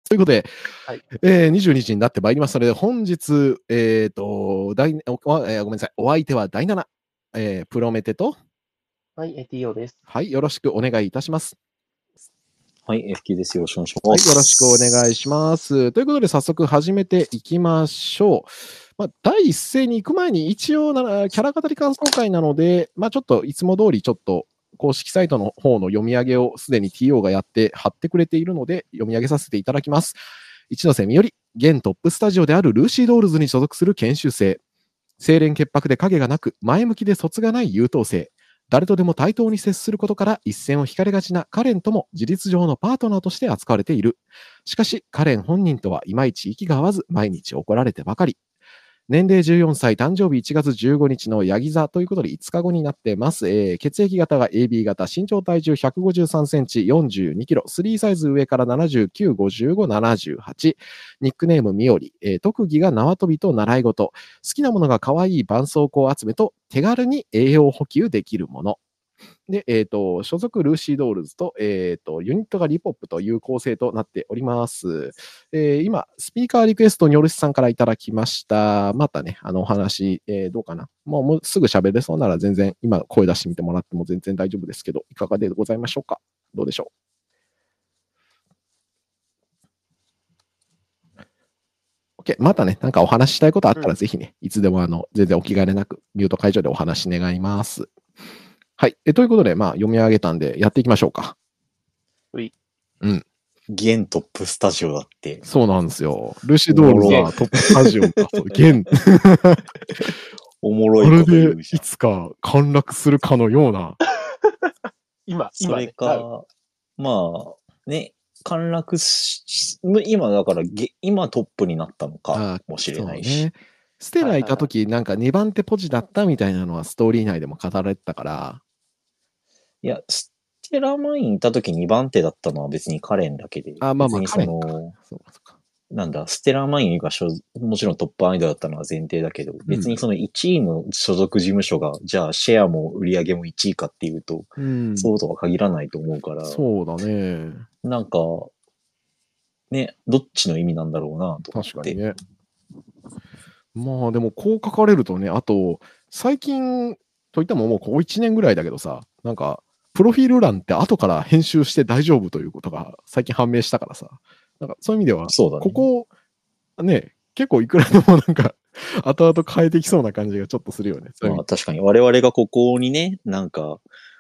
ということで、 はい、 22時になってまいりますので、本日、ごめんなさい、お相手は第7、プロメテと、 はい、TO です。 はい、よろしくお願いいたします。 はい、FQ です。よろしくお願いします。 はい、よろしくお願いします。ということで、早速始めていきましょう。第一声に行く前に、一応キャラ語り感想会なので、ちょっといつも通りちょっと公式サイトの方の読み上げをすでに TO がやって貼ってくれているので、読み上げさせていただきます。一ノ瀬美織、現トップスタジオであるルーシードールズに所属する研修生。清廉潔白で影がなく、前向きで卒がない優等生。誰とでも対等に接することから一線を引かれがちなカレンとも事実上のパートナーとして扱われている。しかし、カレン本人とはいまいち息が合わず、毎日怒られてばかり。年齢14歳、誕生日1月15日のヤギ座ということで5日後になってます。血液型が AB 型、身長体重153センチ、42キロ、3サイズ上から79、55、78。ニックネームみおり、特技が縄跳びと習い事。好きなものが可愛い絆創膏集めと手軽に栄養補給できるもの。で、所属ルーシードールズと、ユニットがリポップという構成となっております。今、スピーカーリクエストによるしさんからいただきました。またね、お話、どうかな。もうすぐ喋れそうなら全然、今声出してみてもらっても全然大丈夫ですけど、いかがでございましょうか。どうでしょう。OK。またね、なんかお話ししたいことあったらぜひね、いつでも全然お気兼ねなく、ミュート解除でお話願います。はい。ということで、読み上げたんで、やっていきましょうか。 うい。 うん。 現トップスタジオだって。 そうなんですよ。ルシドールはトップスタジオか。現。 おもろいこと言うじゃん。 あれでいつか陥落するかのような。 それか、ね、陥落今だから、今トップになったのかもしれないし。 ね、ステラいたとき、なんか2番手ポジだったみたいなのはストーリー内でも語られてたから。 いや、ステラマインいたとき2番手だったのは別にカレンだけで。 カレンか。 なんだ、ステラマインがもちろんトップアイドルだったのは前提だけど、別にその1位の所属事務所が、じゃあシェアも売り上げも1位かっていうと、そうとは限らないと思うから。 そうだね。 なんか、ね、どっちの意味なんだろうなと思って。 確かにね。でもこう書かれるとね、あと、最近といってももうここ1年ぐらいだけどさ、なんか、プロフィール欄って後から編集して大丈夫ということが最近判明したからさ、なんかそういう意味では、ここ、ね、結構いくらでもなんか、後々変えてきそうな感じがちょっとするよね。 確かに我々がここにね、なんか、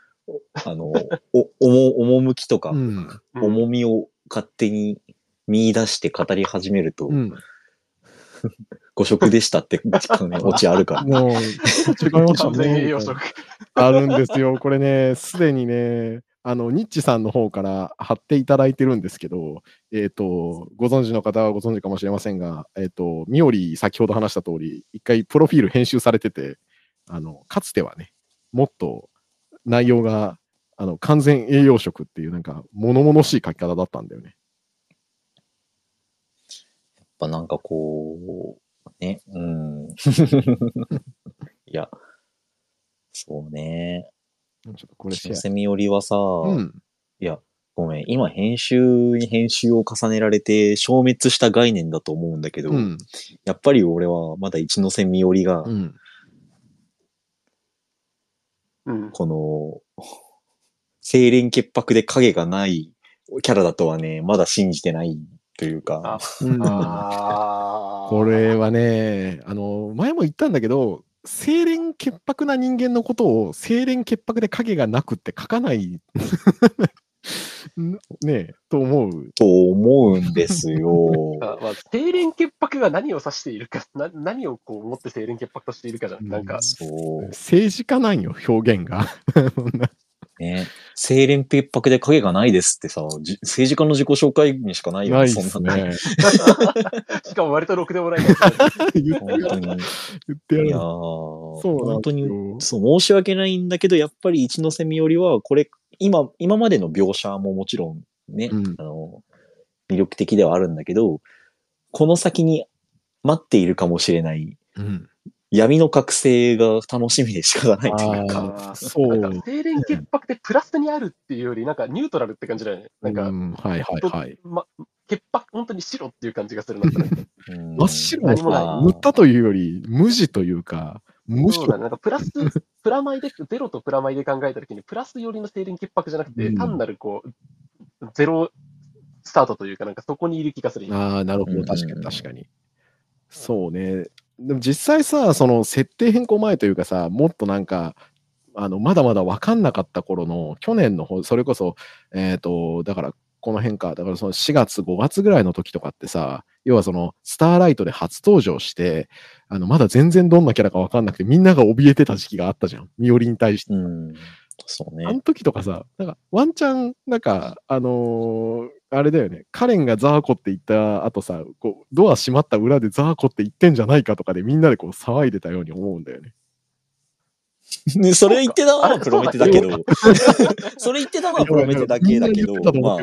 趣とか、重みを勝手に見出して語り始めると、誤食でしたってオチあるから。 もう、違いましたね。あるんですよ。これね、すでにね、ニッチさんの方から貼っていただいてるんですけど、ご存知の方はご存知かもしれませんが、みおり先ほど話した通り、一回プロフィール編集されてて、かつてはね、もっと内容が、完全栄養食っていうなんか、物々しい書き方だったんだよね。 やっぱなんかこう、ね、いや、そうね。 ちょっとこれセミオリはさ、いや、ごめん、今編集に編集を重ねられて消滅した概念だと思うんだけど、やっぱり俺はまだ一ノ瀬みおりが、この、清廉潔白で影がないキャラだとはね、まだ信じてないというか。 これはね、前も言ったんだけど、清廉潔白な人間のことを清廉潔白で影がなくって書かないねと思う。 と思うんですよ。 清廉潔白が何を指しているか、何をこう思って清廉潔白としているかじゃん。なんか、 政治家なんよ、表現が。 ね、清廉潔白で影がないですってさ、政治家の自己紹介にしかないよね、 そんなね。 しかも割とろくでもない。 本当に。いや本当に、申し訳ないんだけど、やっぱり一ノ瀬みおりは、これ、今までの描写ももちろんね、魅力的ではあるんだけど、この先に待っているかもしれない、闇の覚醒が楽しみで仕方ないというか。 そう。なんか清廉潔白ってプラスにあるっていうより、なんかニュートラルって感じだよね。なんか、 潔白、本当に白っていう感じがするな。 真っ白のさ、塗ったというより、無地というか、無そうだね。なんかプラマイで、ゼロとプラマイで考えたときに、プラス寄りの清廉潔白じゃなくて、単なるこう、ゼロスタートというか、なんかそこにいる気がする。 ああ、なるほど。確かに確かに。そうね。でも実際さ、その設定変更前というかさ、もっとなんか、まだまだ分かんなかった頃の、去年のそれこそ、だから、この辺か、だからその4月、5月ぐらいの時とかってさ、要はその、スターライトで初登場して、まだ全然どんなキャラか分かんなくて、みんなが怯えてた時期があったじゃん。ミオリに対して。 そうね。 あの時とかさ、なんか、ワンチャン、なんか、あれだよね、カレンがザーコって言った後さ、こうドア閉まった裏でザーコって言ってんじゃないかとかでみんなでこう騒いでたように思うんだよね。 ね、それ言ってたのはプロメテだけど、それ言ってたのはプロメテだけだけど、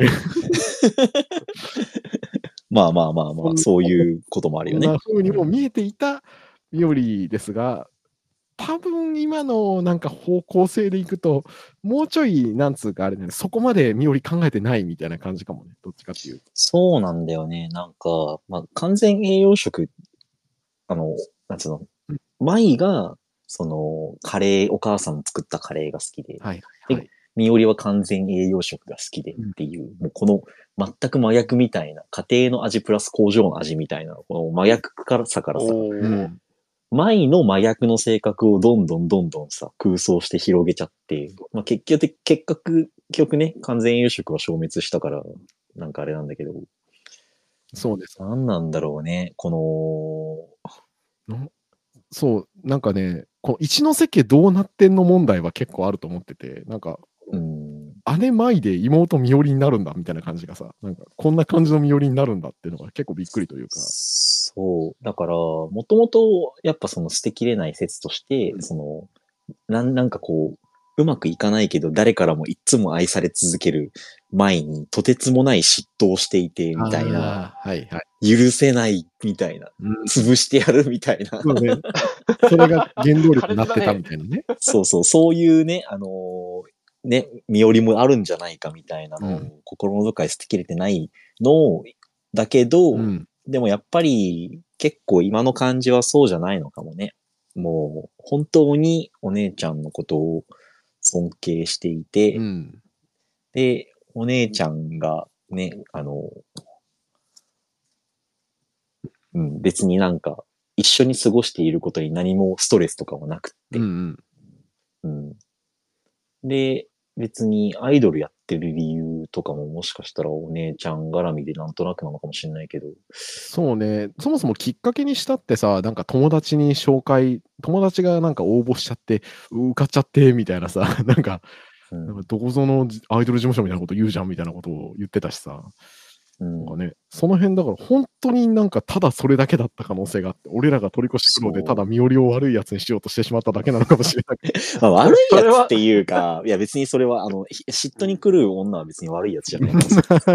まあまあまあまあ、そういうこともあるよね。 そんな風にも見えていたミオリですが、多分今のなんか方向性でいくと、もうちょい、なんつうかあれね、そこまでミオリ考えてないみたいな感じかもね、どっちかっていう。 そうなんだよね。なんか、まあ、完全栄養食、なんつうの、マイが、その、お母さんの作ったカレーが好きで、 はいで、ミオリは完全栄養食が好きでっていう、もうこの全く真逆みたいな、家庭の味プラス工場の味みたいな、この真逆さからさ、マイの真逆の性格をどんどんさ、空想して広げちゃって、まあ、結局ね、完全栄養食は消滅したから、なんかあれなんだけど。 そうです。 何なんだろうね、 そう、なんかね、この一ノ瀬家どうなってんの問題は結構あると思ってて、なんか、姉舞で妹みおりになるんだみたいな感じがさ、なんかこんな感じのみおりになるんだっていうのが結構びっくりというか。 そう。だから、もともとやっぱその捨てきれない説として、なんかこう、うまくいかないけど誰からもいつも愛され続ける前にとてつもない嫉妬をしていてみたいな。許せないみたいな。潰してやるみたいな。 そうね。それが原動力になってたみたいなね。 そういうね、身寄りもあるんじゃないかみたいなのを、心のどっかで捨てきれてないのだけど、でもやっぱり結構今の感じはそうじゃないのかもね。もう本当にお姉ちゃんのことを尊敬していて、で、お姉ちゃんがね、別になんか一緒に過ごしていることに何もストレスとかはなくって、で、別にアイドルやってる理由とかももしかしたらお姉ちゃん絡みでなんとなくなのかもしれないけど。 そうね。そもそもきっかけにしたってさ、なんか友達がなんか応募しちゃって、受かっちゃって、みたいなさ、なんかどこぞのアイドル事務所みたいなこと言うじゃんみたいなことを言ってたしさ。なんかね、その辺だから本当になんかただそれだけだった可能性があって、俺らが取り越し苦労でただ身寄りを悪いやつにしようとしてしまっただけなのかもしれない。 まあ悪いやつっていうか、いや別にそれは嫉妬に来る女は別に悪いやつじゃないから。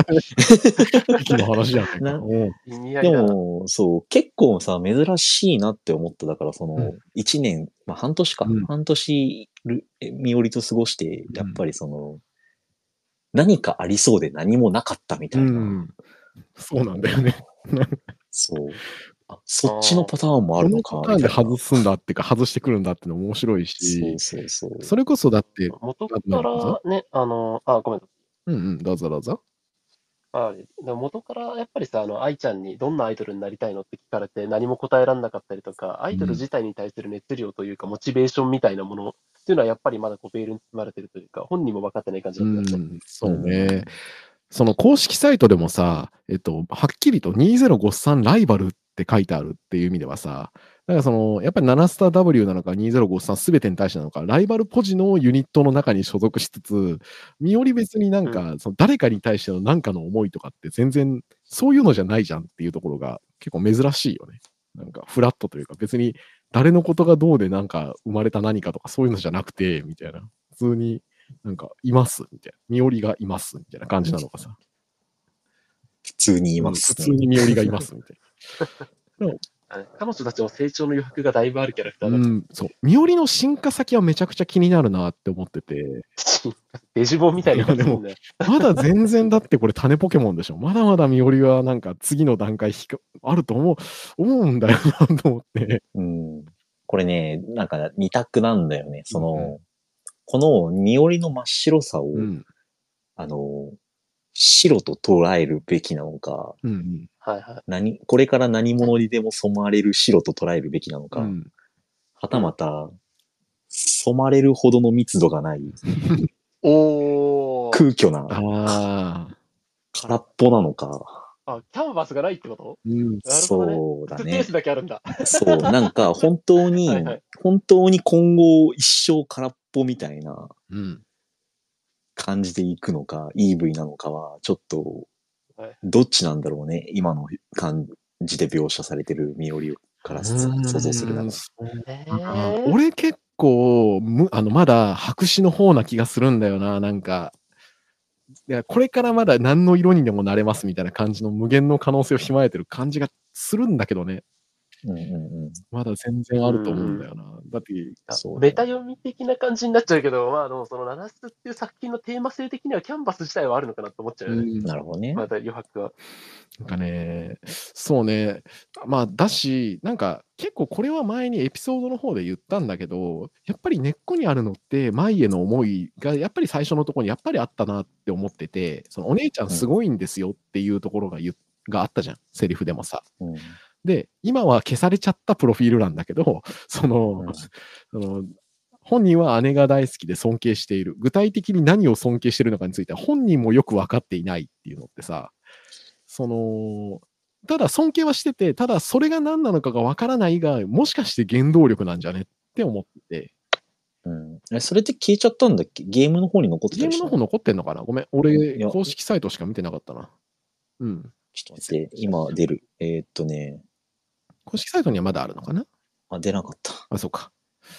息の話じゃないか。 でも、そう、結構さ、珍しいなって思った。だからその、1年、まあ半年か。半年、身寄りと過ごして、やっぱりその、何かありそうで何もなかったみたいな。 そうなんだよね。 そう。そっちのパターンもあるのか。 このパターンで外すんだっていうか、外してくるんだっていうの面白いし、それこそだって、 元からね、ごめん。 どうぞどうぞ。 元からやっぱりさ、愛ちゃんにどんなアイドルになりたいのって聞かれて何も答えられなかったりとか、アイドル自体に対する熱量というか、モチベーションみたいなものっていうのはやっぱりまだベールに包まれてるというか、本人も分かってない感じなんだよね。 そうね。その公式サイトでもさ、はっきりと2053ライバルって書いてあるっていう意味ではさ、だからやっぱり7スター W なのか2053すべてに対してなのか、ライバルポジのユニットの中に所属しつつ、身寄り別になんか、その誰かに対しての何かの思いとかって全然そういうのじゃないじゃんっていうところが結構珍しいよね。なんかフラットというか別に誰のことがどうでなんか生まれた何かとかそういうのじゃなくて、みたいな。普通になんか、いますみたいな。身寄りがいますみたいな感じなのかさ。 普通にいます、 普通に身寄りがいますみたいな。 彼女たちの成長の余白がだいぶあるキャラクターだ。 そう。ミオリの進化先はめちゃくちゃ気になるなって思ってて。 デジモンみたいな感じなんだよ。 まだ全然だってこれ種ポケモンでしょ。まだまだミオリはなんか次の段階あると思うんだよなと思って。 これね、なんか二択なんだよね。このミオリの真っ白さを、白と捉えるべきなのか、これから何者にでも染まれる白と捉えるべきなのか、はたまた、染まれるほどの密度がない、空虚な、空っぽなのか。 キャンバスがないってこと？ そうだね。 スペースだけあるんだ。 そう、なんか本当に、本当に今後一生空っぽみたいな感じでいくのか、EV なのかは、ちょっと、どっちなんだろうね。今の感じで描写されてるミオリから想像するなら。 俺結構、まだ白紙の方な気がするんだよな、なんか。これからまだ何の色にでもなれますみたいな感じの無限の可能性を秘まえてる感じがするんだけどね。まだ全然あると思うんだよな。だって、 メタ読み的な感じになっちゃうけど、そのナナスっていう作品のテーマ性的にはキャンバス自体はあるのかなと思っちゃうよね。 なるほどね。 まだ余白は。 なんかね、そうね。だし、なんか結構これは前にエピソードの方で言ったんだけど、やっぱり根っこにあるのって、舞への思いがやっぱり最初のところにやっぱりあったなって思ってて、そのお姉ちゃんすごいんですよっていうところがあったじゃん、セリフでもさ。で、今は消されちゃったプロフィール欄だけど、本人は姉が大好きで尊敬している。具体的に何を尊敬しているのかについては本人もよく分かっていないっていうのってさ、ただ尊敬はしてて、ただそれが何なのかが分からないが、もしかして原動力なんじゃねって思ってて。それって消えちゃったんだっけ？ゲームの方に残ってたりしたゲームの方残ってんのかな？ごめん。俺、公式サイトしか見てなかったな。 ちょっと待って、今出る。 公式サイトにはまだあるのかな？ 出なかった。 そうか。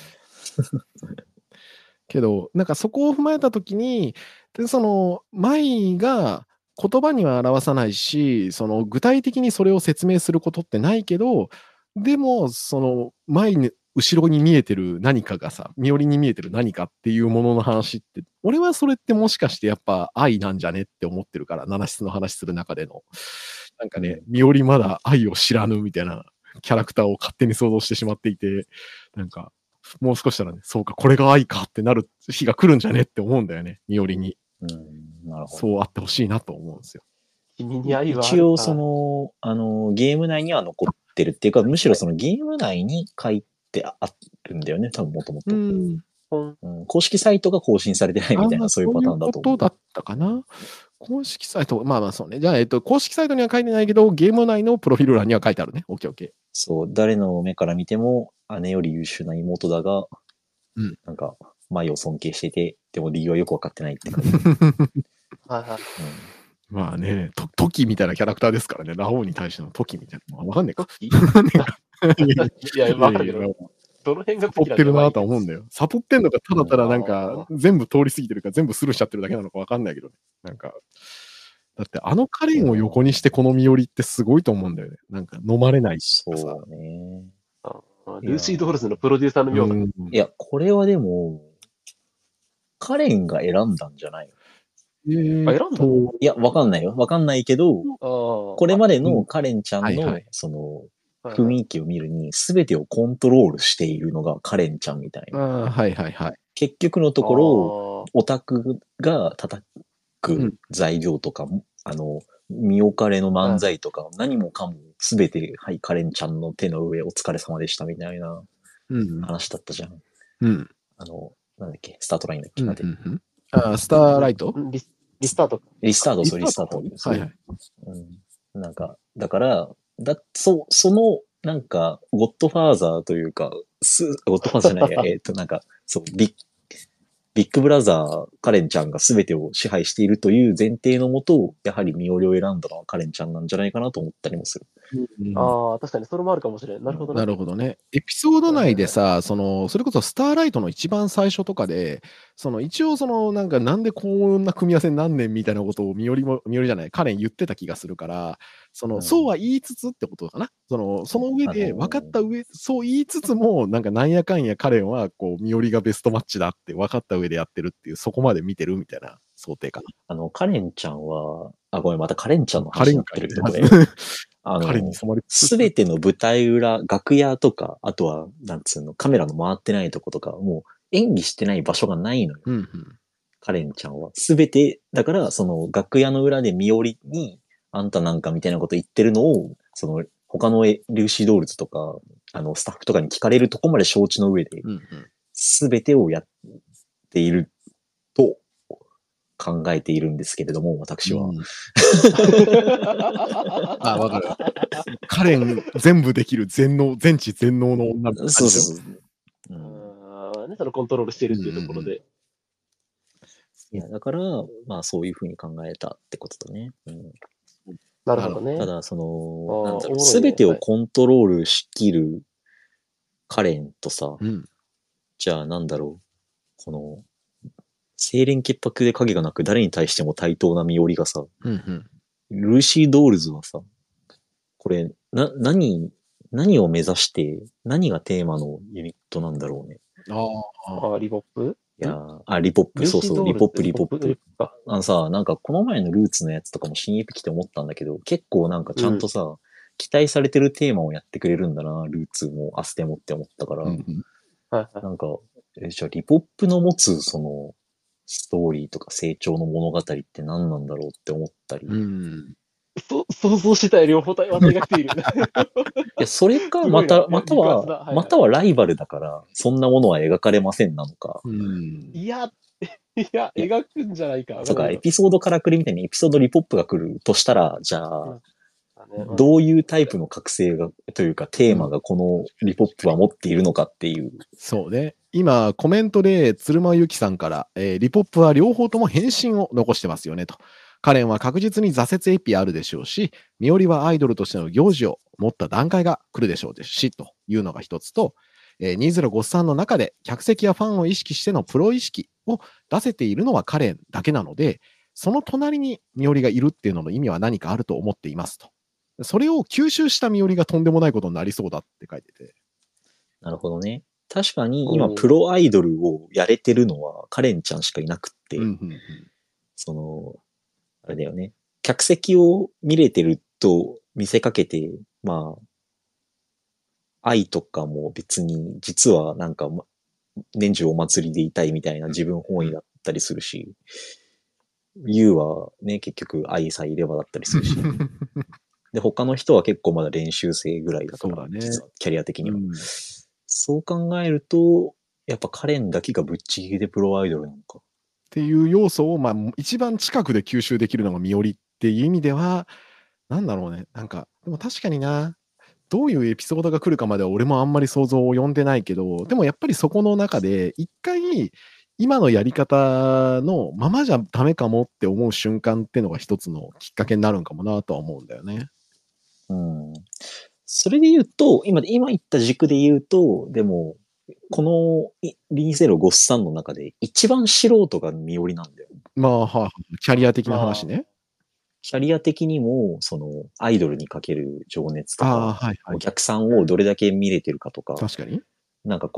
けど、なんかそこを踏まえたときに、舞が言葉には表さないし、具体的にそれを説明することってないけど、でも、舞に後ろに見えてる何かがさ、ミオリに見えてる何かっていうものの話って、俺はそれってもしかしてやっぱ愛なんじゃねって思ってるから、七室の話する中での。なんかね、ミオリまだ愛を知らぬみたいなキャラクターを勝手に想像してしまっていて、なんか、もう少したらね、そうか、これが愛かってなる日が来るんじゃねって思うんだよね、ミオリに。 なるほど。 そうあってほしいなと思うんですよ。 君に愛は一応、ゲーム内には残ってるっていうか、むしろそのゲーム内に書いてあるんだよね、多分もともと。公式サイトが更新されてないみたいな、そういうパターンだと思う。 そういうことだったかな。公式サイト、そうね。じゃあ、公式サイトには書いてないけど、ゲーム内のプロフィール欄には書いてあるね。オッケーオッケー。 そう、誰の目から見ても、姉より優秀な妹だが、なんか、舞を尊敬していて、でも理由はよくわかってないって感じ。 まあね、トキみたいなキャラクターですからね、ラオウに対してのトキみたいな。わかんないか。 いや、わかるけど、どの辺がサポってるなとは思うんだよ。サポってんのか、ただただなんか、全部通り過ぎてるか、全部スルーしちゃってるだけなのかわかんないけどね。なんか、だってカレンを横にしてこのミオリってすごいと思うんだよね。なんか飲まれないしさ。 そうね。 ルーシー・ドールズのプロデューサーの妙な。 いや、これはでも、カレンが選んだんじゃないの？選んだの？ いや、わかんないよ。わかんないけど、これまでのカレンちゃんの、雰囲気を見るに、すべてをコントロールしているのがカレンちゃんみたいな。結局のところ、オタクが叩く材料とか、ミオカレの漫才とか、何もかもすべて、はい、カレンちゃんの手の上お疲れ様でしたみたいな話だったじゃん。なんだっけ、スタートラインだっけ、 スターライト？ リスタート。 リスタート。 はいはい。 なんか、だから、その、なんか、ゴッドファーザーというか、ゴッドファーザーじゃない、なんか、そう、ビッグブラザー、カレンちゃんが全てを支配しているという前提のもと、やはりミオリを選んだのはカレンちゃんなんじゃないかなと思ったりもする。 確かにそれもあるかもしれない。なるほどね。 なるほどね。エピソード内でさ、それこそスターライトの一番最初とかで、 一応なんかなんでこんな組み合わせになんねんみたいなことをみよりじゃない、カレン言ってた気がするから、そうは言いつつってことかな。その上で、分かった上、そう言いつつも、なんかなんやかんやカレンは、みよりがベストマッチだって分かった上でやってるっていう、そこまで見てるみたいな想定かな。 カレンちゃんは、ごめん、またカレンちゃんの話になってるけど、これ。すべての舞台裏、楽屋とか、あとは、なんつうの、カメラの回ってないとことか、もう演技してない場所がないのよ。 うんうん、 カレンちゃんは。すべて、だから、楽屋の裏でミオリに、あんたなんかみたいなこと言ってるのを、他のルーシードールズとか、スタッフとかに聞かれるとこまで承知の上で、すべてをやっていると考えているんですけれども、私は。 わかる。カレン全部できる全知全能の女の子。 そうそうそう。 そのコントロールしてるっていうところで。 いや、だから、まあそういうふうに考えたってことだね。 なるほどね。 ただ、すべてをコントロールしきるカレンとさ、じゃあなんだろう、清廉潔白で影がなく誰に対しても対等な身寄りがさ、ルーシー・ドールズはさ、これ、何を目指して、何がテーマのユニットなんだろうね。 リポップ？ いやリポップ、そうそう、リポップ。なんかこの前のルーツのやつとかも新エピ来て思ったんだけど、結構なんかちゃんとさ、期待されてるテーマをやってくれるんだな、ルーツもアステもって思ったから、なんか、じゃあリポップの持つストーリーとか成長の物語って何なんだろうって思ったり。 想像したより両方間違っている。 いや、それか、またはライバルだから、そんなものは描かれませんなのか。 いや、描くんじゃないか。 そうか、エピソードからくりみたいにエピソードリポップが来るとしたら、じゃあ、どういうタイプの覚醒が、というかテーマがこのリポップは持っているのかっていう。 そうね。今、コメントで鶴間由紀さんから、リポップは両方とも変身を残してますよねと。カレンは確実に挫折エピあるでしょうし、ミオリはアイドルとしての行事を持った段階が来るでしょうし、というのが一つと、2053の中で客席やファンを意識してのプロ意識を出せているのはカレンだけなので、その隣にミオリがいるっていうのの意味は何かあると思っていますと。それを吸収したミオリがとんでもないことになりそうだって書いてて。 なるほどね。確かに今プロアイドルをやれてるのはカレンちゃんしかいなくって、あれだよね。客席を見れてると見せかけて、まあ、愛とかも別に、実はなんか、年中お祭りでいたいみたいな自分本位だったりするし、ユウはね、結局愛さえいればだったりするし、で、他の人は結構まだ練習生ぐらいだから、実はキャリア的には。そう考えると、やっぱカレンだけがぶっちぎりでプロアイドルなのか。 っていう要素を、一番近くで吸収できるのがミオリっていう意味では、なんだろうね。なんか、でも確かにな、どういうエピソードが来るかまでは俺もあんまり想像を読んでないけど、でもやっぱりそこの中で、一回、今のやり方のままじゃダメかもって思う瞬間っていうのが一つのきっかけになるんかもなとは思うんだよね。 それで言うと、今言った軸で言うと、でも、この2053の中で一番素人がミオリなんだよ。 キャリア的な話ね。 キャリア的にも、アイドルにかける情熱とか、お客さんをどれだけ見れてるかとか、 確かに。 なんか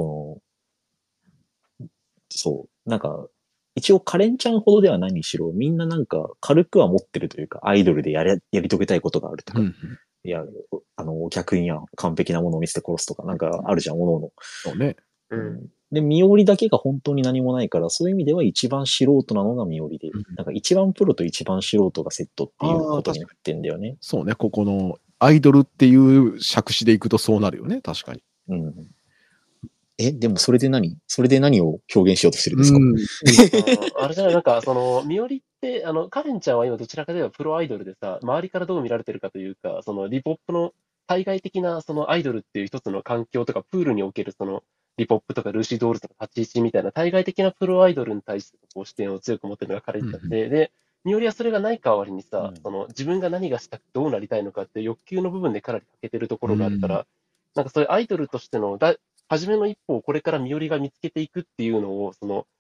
なんか、一応カレンちゃんほどではないにしろ、みんななんか軽くは持ってるというか、アイドルでやり遂げたいことがあるとか、いや、逆に完璧なものを見せて殺すとか、なんかあるじゃん、おのおの。 そうね。 で、ミオリだけが本当に何もないから、そういう意味では一番素人なのがミオリで、なんか一番プロと一番素人がセットっていうことになってんだよね。 そうね、ここのアイドルっていう尺子でいくとそうなるよね、確かに。 でもそれで何を表現しようとしてるんですか？あれじゃない、なんか、ミオリって、カレンちゃんは今どちらかというとプロアイドルでさ、周りからどう見られてるかというか、リポップの対外的なアイドルっていう一つの環境とか、プールにおけるリポップとかルーシー・ドールズの立ち位置みたいな対外的なプロアイドルに対して視点を強く持ってるのがカレンちゃんで、で、ミオリはそれがない代わりにさ、自分が何がしたくてどうなりたいのかっていう欲求の部分でかなり欠けてるところがあるから、なんかそういうアイドルとしての初めの一歩をこれからミオリが見つけていくっていうのを、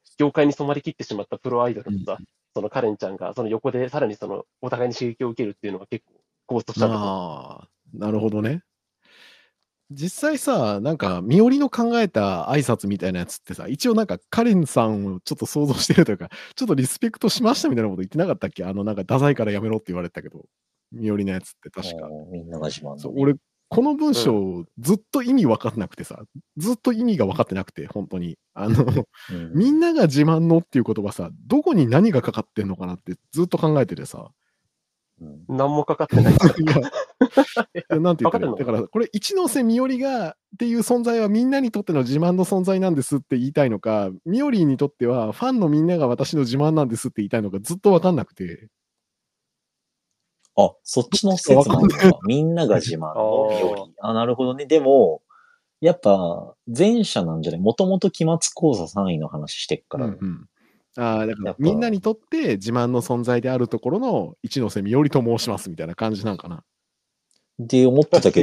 業界に染まりきってしまったプロアイドルとさ、そのカレンちゃんがその横でさらにそのお互いに刺激を受けるっていうのが結構ゴーストしたところ。 ああ、なるほどね。実際さ、なんか、みおりの考えた挨拶みたいなやつってさ、一応なんか、カレンさんをちょっと想像してるというか、ちょっとリスペクトしましたみたいなこと言ってなかったっけ？なんか、ダサいからやめろって言われたけど、みおりのやつって確か。 みんなが自慢の、ね。 そう、俺、この文章、ずっと意味分かってなくてさ、ずっと意味が分かってなくて、本当に。みんなが自慢のっていう言葉さ、どこに何がかかってんのかなってずっと考えててさ。 何もかかってない。いや、なんて言ったらいい？だから、これ、一ノ瀬みおりがっていう存在はみんなにとっての自慢の存在なんですって言いたいのか、みおりにとってはファンのみんなが私の自慢なんですって言いたいのか、ずっと分かんなくて。 あ、そっちの説なのか。みんなが自慢のみおり。あ、なるほどね。でも、やっぱ、前者なんじゃない？もともと期末講座3位の話してっから。 だからみんなにとって自慢の存在であるところの一ノ瀬みおりと申しますみたいな感じなんかな。 って思ってたけ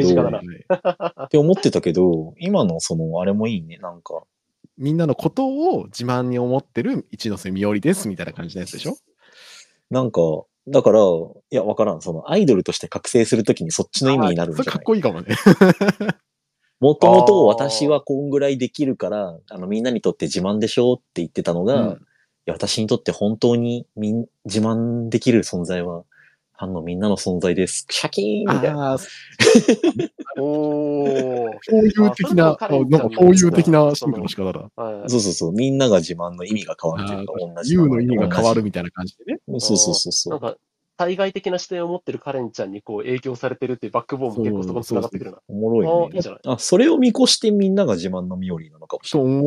ど、今のその、あれもいいね、なんか。 みんなのことを自慢に思ってる一ノ瀬みおりですみたいな感じのやつでしょ？ なんか、だから、いや、わからん。その、アイドルとして覚醒するときにそっちの意味になるんじゃない？ それかっこいいかもね。 もともと私はこんぐらいできるから、みんなにとって自慢でしょって言ってたのが、いや、私にとって本当に自慢できる存在は、ファンのみんなの存在です。シャキーンみたいな。 そういう的な、なんかそういう的な進化の仕方だ。 そう。みんなが自慢の意味が変わるというか、同じ。 言うの意味が変わるみたいな感じでね。 そう。 なんか、対外的な視点を持ってるカレンちゃんにこう影響されてるっていうバックボーンも結構そこに繋がってくるな。 おもろいね。 いいじゃない。 あ、それを見越してみんなが自慢のみおりなのかもしれない。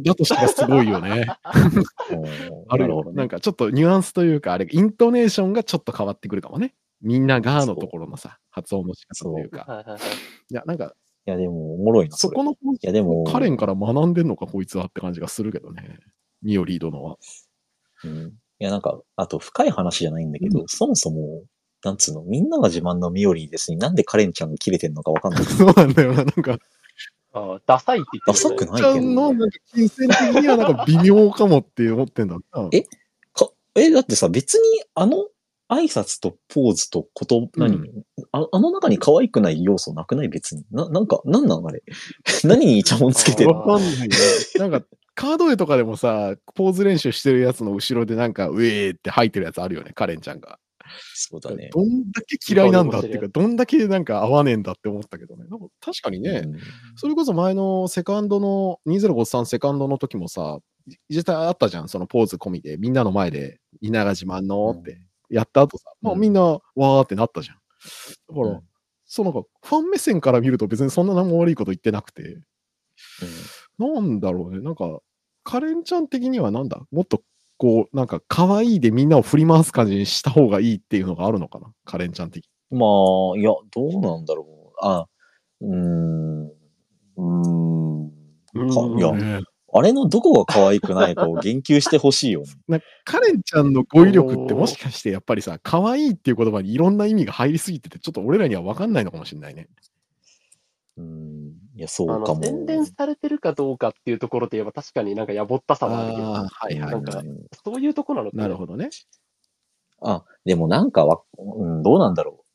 だとしたらすごいよね。あるよ。なんかちょっとニュアンスというか、あれ、イントネーションがちょっと変わってくるかもね。みんながのところのさ、発音の仕方というか。いや、なんか、 いや、でも、おもろいな。 そこの、いや、でも、カレンから学んでんのか、こいつはって感じがするけどね。ミオリー殿は。 いや、なんか、あと、深い話じゃないんだけど、そもそも、なんつうの、みんなが自慢のミオリーですに、なんでカレンちゃんが切れてんのかわかんない。 そうなんだよな、なんか。 ダサいって言ってる、ダサくないけど。 ちゃんの、なんか、金銭的にはなんか微妙かもって思ってんだ。 だってさ、別に、挨拶とポーズとあの中に可愛くない要素なくない？別に。なんなんあれ。何にイチャモンつけてるの？ わかんないね。なんか、カード絵とかでもさ、ポーズ練習してるやつの後ろでなんか、ウェーって吐いてるやつあるよね、カレンちゃんが。 そうだね。 どんだけ嫌いなんだっていうか、どんだけなんか合わねえんだって思ったけどね。なんか確かにね、それこそ前のセカンドの、2053セカンドの時もさ、実際あったじゃん、そのポーズ込みで、みんなの前で、みんなが自慢のって。やった後さ、まあみんな、わーってなったじゃん。だから、そうなんか、ファン目線から見ると別にそんな何も悪いこと言ってなくて、なんだろうね、なんか、カレンちゃん的にはなんだ、もっとこう、なんか、可愛いでみんなを振り回す感じにした方がいいっていうのがあるのかな、カレンちゃん的に。 まあ、いや、どうなんだろう。いや、あれのどこが可愛くないかを言及してほしいよね。 カレンちゃんの語彙力ってもしかしてやっぱりさ、可愛いっていう言葉にいろんな意味が入りすぎてて、ちょっと俺らには分かんないのかもしれないね。 いや、そうかも。 洗練されてるかどうかっていうところで言えば確かになんかやぼったさはあるけど、なんか、そういうとこなのかなるほどね。 でもなんかどうなんだろ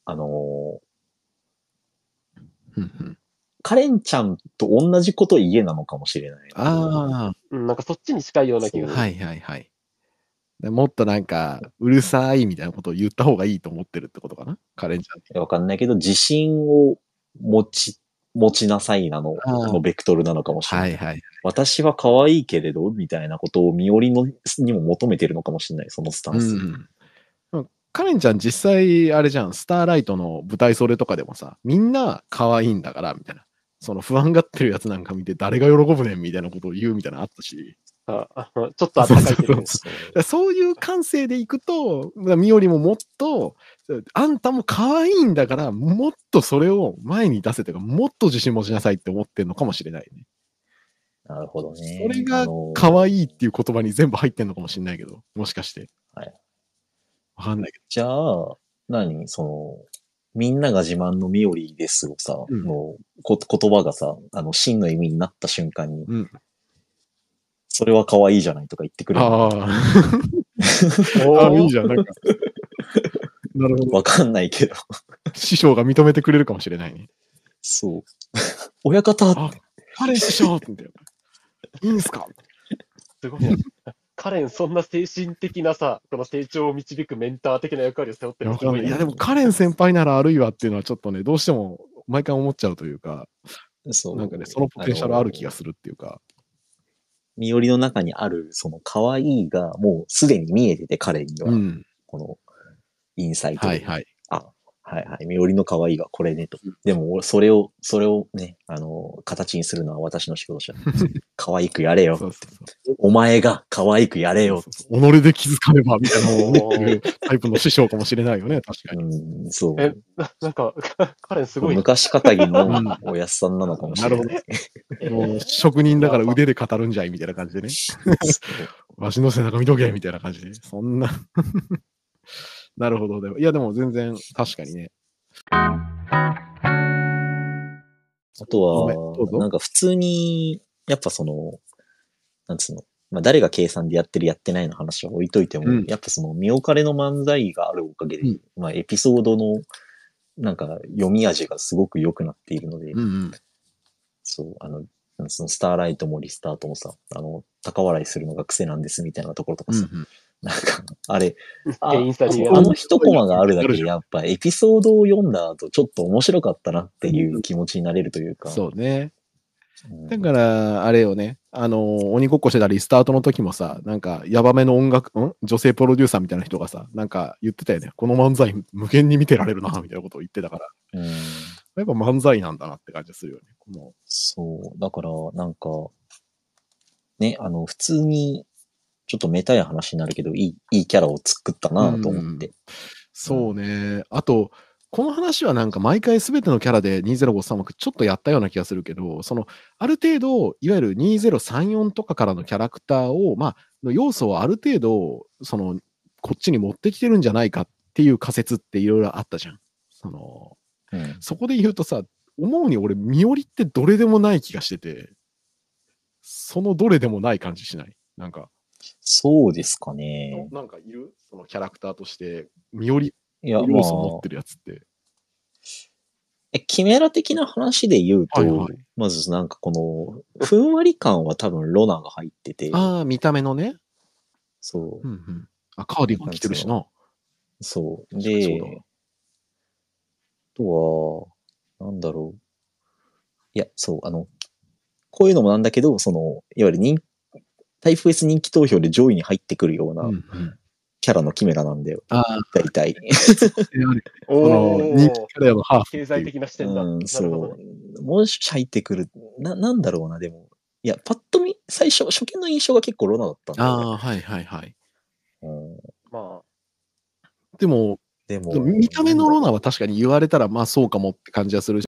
う。カレンちゃんと同じこと言えなのかもしれない。 なんかそっちに近いような気がする。 はい。もっとなんか、うるさいみたいなことを言った方がいいと思ってるってことかな、カレンちゃん。 わかんないけど、自信を持ちなさいのベクトルなのかもしれない。私は可愛いけれど、みたいなことをみおりにも求めてるのかもしれない、そのスタンス。 カレンちゃん実際、あれじゃん、スターライトの舞台袖とかでもさ、みんな可愛いんだから、みたいな。その不安がってるやつなんか見て誰が喜ぶねんみたいなことを言うみたいなのあったし。 ちょっと温かいけど。 そういう感性でいくと、みおりももっと、あんたも可愛いんだから、もっとそれを前に出せというか、もっと自信持ちなさいって思ってるのかもしれないね。 なるほどね。 それが可愛いっていう言葉に全部入ってんのかもしれないけど、もしかして。わかんないけど。 じゃあ、みんなが自慢のみおりですをさ、言葉がさ、真の意味になった瞬間に、 それは可愛いじゃないとか言ってくれる。 ああ。いいじゃん、なんか。なるほど。 わかんないけど。 師匠が認めてくれるかもしれないね。 そう。親方カレン師匠みたいな。いいんすか？ すごいな。カレン、そんな精神的なさ、この成長を導くメンター的な役割を背負ってるのすごい。 いや、でもカレン先輩ならあるいはっていうのはちょっとね、どうしても毎回思っちゃうというか、なんかね、そのポテンシャルある気がするっていうか。 身寄りの中にある、その可愛いがもうすでに見えてて、彼には。この、インサイト。 はいはい。 はいはい。身寄りの可愛いがこれねと。でも、それをね、形にするのは私の仕事じゃない。可愛くやれよ。お前が可愛くやれよ。 己で気づかねばみたいなのを思ってるタイプの師匠かもしれないよね、確かに。 そう。 なんか、カレンすごい。 昔かたぎのおやすさんなのかもしれない。 なるほど。もう職人だから腕で語るんじゃいみたいな感じでね。わしの背中見とけみたいな感じで。そんな。なるほど。いや、でも全然確かにね。 あとは、なんか普通に、やっぱその、なんつうの、まあ誰が計算でやってるやってないの話は置いといても、やっぱその見置かれの漫才があるおかげで、まあエピソードのなんか読み味がすごく良くなっているので、そう、そのスターライトもリスタートもさ、高笑いするのが癖なんですみたいなところとかさ、なんか、あの一コマがあるだけでやっぱエピソードを読んだ後ちょっと面白かったなっていう気持ちになれるというか。 そうね。だから、あれよね、鬼ごっこしてたり、スタートの時もさ、なんか、ヤバめの女性プロデューサーみたいな人がさ、なんか言ってたよね。この漫才無限に見てられるな、みたいなことを言ってたから。やっぱ漫才なんだなって感じするよね。 そう。だから、なんか、ね、普通に、ちょっとメタや話になるけど、いいキャラを作ったなと思って。 そうね。あと、この話はなんか毎回すべてのキャラで2053枠ちょっとやったような気がするけど、ある程度、いわゆる2034とかからのキャラクターを、まあ、の要素をある程度、こっちに持ってきてるんじゃないかっていう仮説っていろいろあったじゃん。そこで言うとさ、思うに俺、身寄りってどれでもない気がしてて、そのどれでもない感じしない？なんか。 そうですかね。 なんかいる？そのキャラクターとして、身寄り要素を持ってるやつって。 キメラ的な話で言うと、まずなんかこの、ふんわり感は多分ロナが入ってて。 ああ、見た目のね。 そう。 カーディガン着てるしな。 そう。で、あとは、なんだろう。いや、そう、こういうのもなんだけど、いわゆるタイプ S 人気投票で上位に入ってくるようなキャラのキメラなんだよ。大体。 人気キャラのハーフ。 経済的な視点だ。 そう。もう入ってくる。なんだろうな、でも。いや、パッと見、初見の印象が結構ロナだったんだよ。 まあ。 でも、見た目のロナは確かに言われたら、まあそうかもって感じはするし。